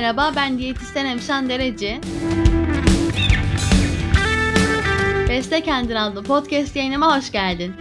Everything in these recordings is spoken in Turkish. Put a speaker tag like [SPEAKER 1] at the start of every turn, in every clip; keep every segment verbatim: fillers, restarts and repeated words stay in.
[SPEAKER 1] Merhaba, ben diyetisyen Emşan Dereci. Besle Kendini adlı podcast yayınıma hoş geldin.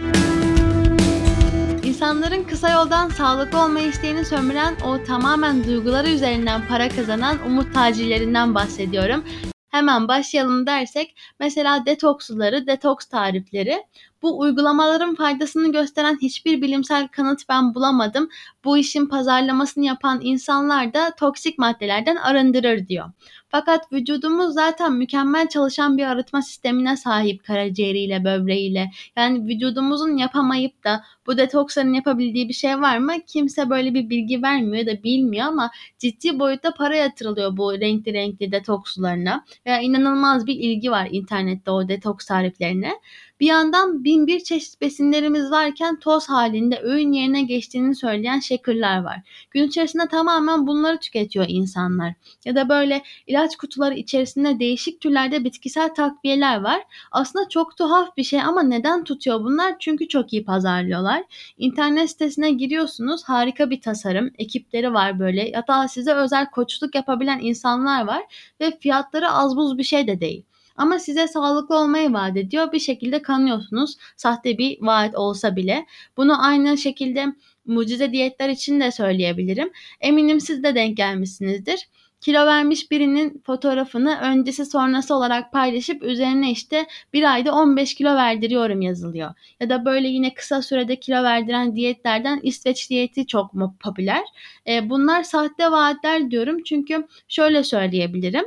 [SPEAKER 1] İnsanların kısa yoldan sağlıklı olma isteğini sömüren o tamamen duyguları üzerinden para kazanan umut tacirlerinden bahsediyorum. Hemen başlayalım dersek, mesela detoks suları, detoks tarifleri. Bu uygulamaların faydasını gösteren hiçbir bilimsel kanıt ben bulamadım. Bu işin pazarlamasını yapan insanlar da toksik maddelerden arındırır diyor. Fakat vücudumuz zaten mükemmel çalışan bir arıtma sistemine sahip karaciğeriyle, böbreğiyle. Yani vücudumuzun yapamayıp da bu detoksların yapabildiği bir şey var mı? Kimse böyle bir bilgi vermiyor da bilmiyor ama ciddi boyutta para yatırılıyor bu renkli renkli detoks sularına. Veya inanılmaz bir ilgi var internette o detoks tariflerine. Bir yandan bin bir çeşit besinlerimiz varken toz halinde öğün yerine geçtiğini söyleyen shaker'lar var. Gün içerisinde tamamen bunları tüketiyor insanlar. Ya da böyle ilaç kutuları içerisinde değişik türlerde bitkisel takviyeler var. Aslında çok tuhaf bir şey ama neden tutuyor bunlar? Çünkü çok iyi pazarlıyorlar. İnternet sitesine giriyorsunuz, harika bir tasarım, ekipleri var böyle. Hatta size özel koçluk yapabilen insanlar var ve fiyatları az buz bir şey de değil. Ama size sağlıklı olmayı vaat ediyor. Bir şekilde kanıyorsunuz. Sahte bir vaat olsa bile. Bunu aynı şekilde mucize diyetler için de söyleyebilirim. Eminim siz de denk gelmişsinizdir. Kilo vermiş birinin fotoğrafını öncesi sonrası olarak paylaşıp üzerine işte bir ayda on beş kilo verdiriyorum yazılıyor. Ya da böyle yine kısa sürede kilo verdiren diyetlerden İsveç diyeti çok mu popüler. E, bunlar sahte vaatler diyorum çünkü şöyle söyleyebilirim.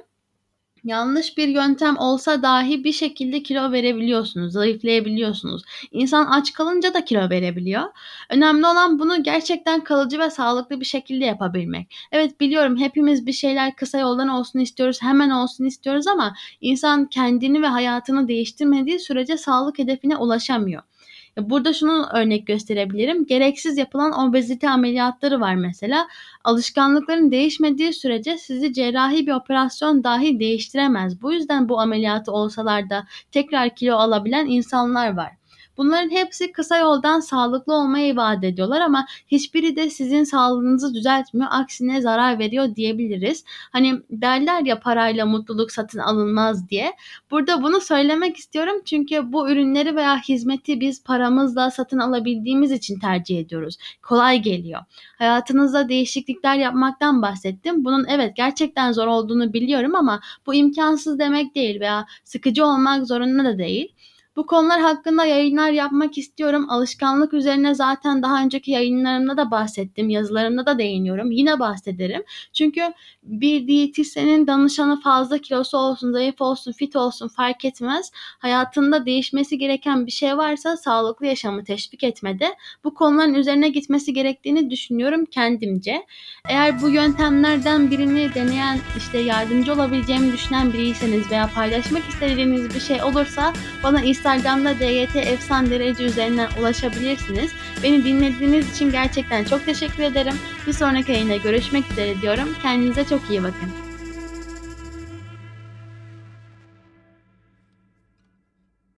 [SPEAKER 1] Yanlış bir yöntem olsa dahi bir şekilde kilo verebiliyorsunuz, zayıflayabiliyorsunuz. İnsan aç kalınca da kilo verebiliyor. Önemli olan bunu gerçekten kalıcı ve sağlıklı bir şekilde yapabilmek. Evet, biliyorum hepimiz bir şeyler kısa yoldan olsun istiyoruz, hemen olsun istiyoruz ama insan kendini ve hayatını değiştirmediği sürece sağlık hedefine ulaşamıyor. Burada şunu örnek gösterebilirim. Gereksiz yapılan obezite ameliyatları var mesela. Alışkanlıkların değişmediği sürece sizi cerrahi bir operasyon dahi değiştiremez. Bu yüzden bu ameliyatı olsalar da tekrar kilo alabilen insanlar var. Bunların hepsi kısa yoldan sağlıklı olmayı vaat ediyorlar ama hiçbiri de sizin sağlığınızı düzeltmiyor. Aksine zarar veriyor diyebiliriz. Hani derler ya, parayla mutluluk satın alınmaz diye. Burada bunu söylemek istiyorum çünkü bu ürünleri veya hizmeti biz paramızla satın alabildiğimiz için tercih ediyoruz. Kolay geliyor. Hayatınızda değişiklikler yapmaktan bahsettim. Bunun evet gerçekten zor olduğunu biliyorum ama bu imkansız demek değil veya sıkıcı olmak zorunda da değil. Bu konular hakkında yayınlar yapmak istiyorum. Alışkanlık üzerine zaten daha önceki yayınlarımda da bahsettim. Yazılarımda da değiniyorum. Yine bahsederim. Çünkü bir diyetisyenin danışanı fazla kilosu olsun, zayıf olsun, fit olsun fark etmez. Hayatında değişmesi gereken bir şey varsa sağlıklı yaşamı teşvik etmede bu konuların üzerine gitmesi gerektiğini düşünüyorum kendimce. Eğer bu yöntemlerden birini deneyen, işte yardımcı olabileceğimi düşünen biriyseniz veya paylaşmak istediğiniz bir şey olursa bana Instagram'da D Y T Efsan Derece üzerinden ulaşabilirsiniz. Beni dinlediğiniz için gerçekten çok teşekkür ederim. Bir sonraki yayında görüşmek üzere diyorum. Kendinize çok iyi bakın.